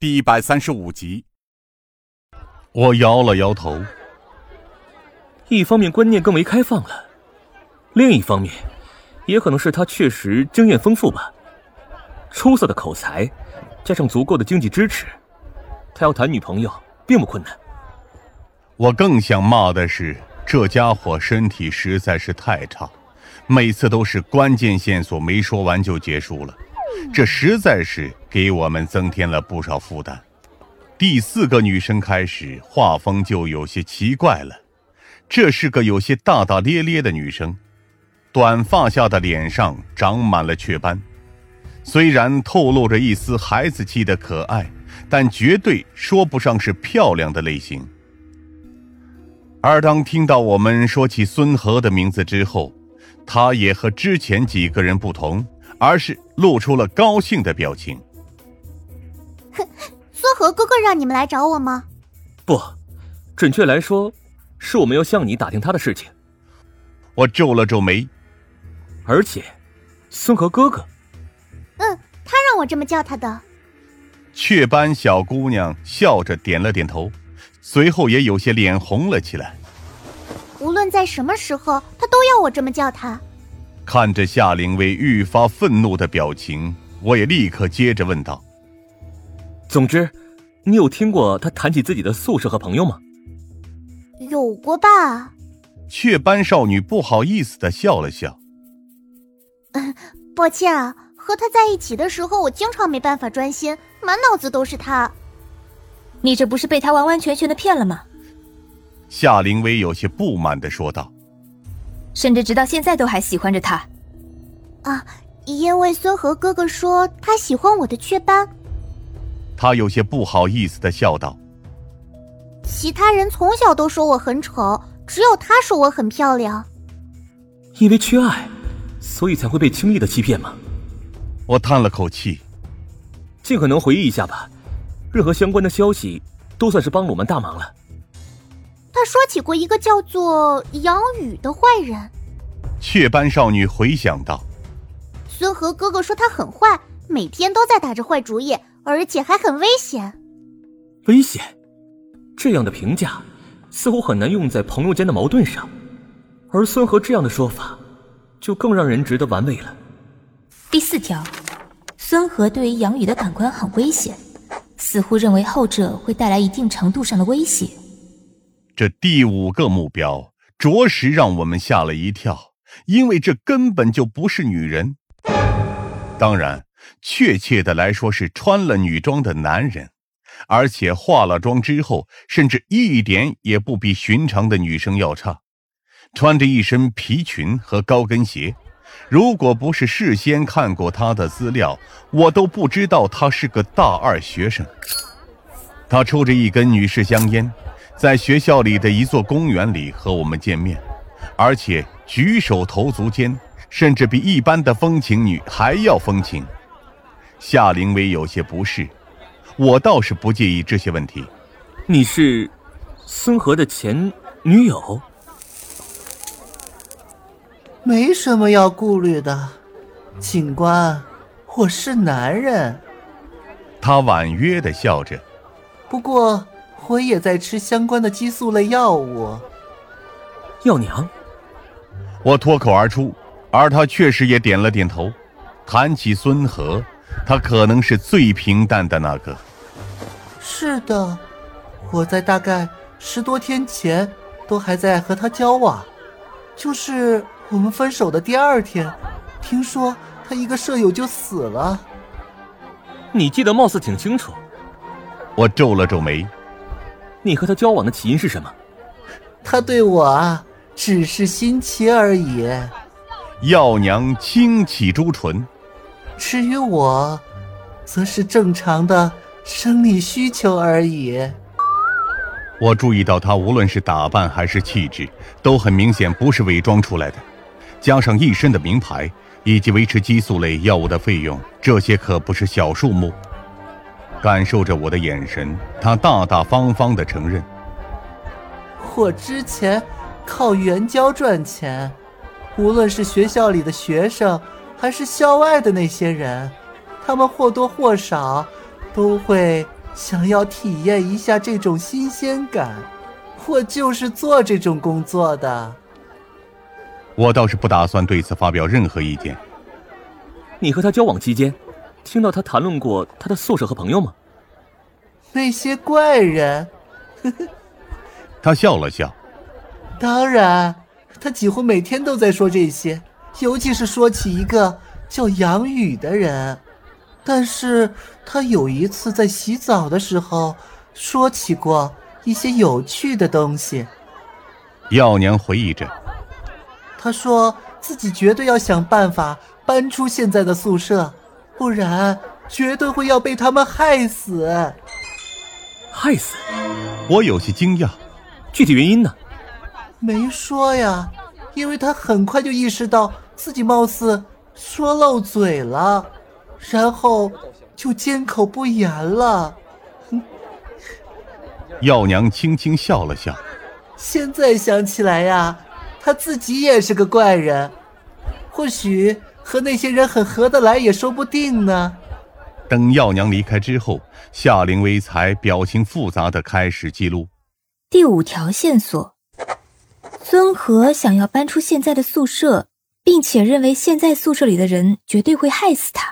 第135集。 我摇了摇头。 一方面观念更为开放了，另一方面也可能是他确实经验丰富吧。出色的口才加上足够的经济支持，他要谈女朋友并不困难。 我更想骂的是，这家伙身体实在是太差，每次都是关键线索没说完就结束了，这实在是给我们增添了不少负担。第4个女生开始，画风就有些奇怪了。这是个有些大大咧咧的女生，短发下的脸上长满了雀斑，虽然透露着一丝孩子气的可爱，但绝对说不上是漂亮的类型。而当听到我们说起孙和的名字之后，他也和之前几个人不同，而是露出了高兴的表情。 孙和哥哥让你们来找我吗？ 不，准确来说是我们要向你打听他的事情。 我皱了皱眉。 而且孙和哥哥， 他让我这么叫他的。 雀斑小姑娘笑着点了点头，随后也有些脸红了起来。 无论在什么时候，他都要我这么叫他。 看着夏灵薇愈发愤怒的表情，我也立刻接着问道： 总之，你有听过他谈起自己的宿舍和朋友吗？ 有过吧。 雀斑少女不好意思地笑了笑。 抱歉啊，和他在一起的时候，我经常没办法专心，满脑子都是他。 你这不是被他完完全全的骗了吗？ 夏灵薇有些不满地说道。 甚至直到现在都还喜欢着他。 啊，因为孙和哥哥说他喜欢我的雀斑。 他有些不好意思地笑道。 其他人从小都说我很丑，只有他说我很漂亮。 因为缺爱，所以才会被轻易的欺骗吗？ 我叹了口气。 尽可能回忆一下吧，任何相关的消息都算是帮了我们大忙了。 他说起过一个叫做杨宇的坏人。 雀斑少女回想道。 孙和哥哥说他很坏，每天都在打着坏主意，而且还很危险。 危险？这样的评价似乎很难用在朋友间的矛盾上，而孙和这样的说法就更让人值得玩味了。 第4条，孙和对于杨宇的感官很危险，似乎认为后者会带来一定程度上的威胁。 这第5个目标着实让我们吓了一跳，因为这根本就不是女人，当然确切的来说是穿了女装的男人，而且化了妆之后甚至一点也不比寻常的女生要差，穿着一身皮裙和高跟鞋，如果不是事先看过她的资料，我都不知道她是个大2学生。她抽着一根女士香烟，在学校里的一座公园里和我们见面，而且举手投足间甚至比一般的风情女还要风情。夏灵薇有些不适，我倒是不介意这些问题。 你是孙和的前女友？ 没什么要顾虑的，警官，我是男人。 他婉约地笑着。 不过我也在吃相关的激素类药物。 药娘？ 我脱口而出，而他确实也点了点头。谈起孙和，他可能是最平淡的那个。 是的，我在大概10多天前都还在和他交往，就是我们分手的第2天，听说他一个舍友就死了。 你记得貌似挺清楚。 我皱了皱眉。 你和他交往的起因是什么？ 他对我啊，只是新奇而已。 药娘轻启朱唇。 至于我，则是正常的生理需求而已。 我注意到他无论是打扮还是气质，都很明显不是伪装出来的，加上一身的名牌，以及维持激素类药物的费用，这些可不是小数目。感受着我的眼神，他大大方方地承认。 我之前靠援交赚钱，无论是学校里的学生还是校外的那些人，他们或多或少都会想要体验一下这种新鲜感，我就是做这种工作的。 我倒是不打算对此发表任何意见。 你和他交往期间，听到他谈论过他的宿舍和朋友吗？ 那些怪人， 他笑了笑。 当然，他几乎每天都在说这些，尤其是说起一个叫杨宇的人。但是他有一次在洗澡的时候说起过一些有趣的东西。 药娘回忆着， 他说自己绝对要想办法搬出现在的宿舍，不然绝对会要被他们害死。 害死？ 我有些惊讶。 具体原因呢？ 没说呀，因为他很快就意识到自己貌似说漏嘴了，然后就缄口不言了。 药娘轻轻笑了笑。 现在想起来呀，他自己也是个怪人，或许和那些人很合得来也说不定呢。 等药娘离开之后，夏灵薇才表情复杂地开始记录。 第5条线索：孙和想要搬出现在的宿舍，并且认为现在宿舍里的人绝对会害死他。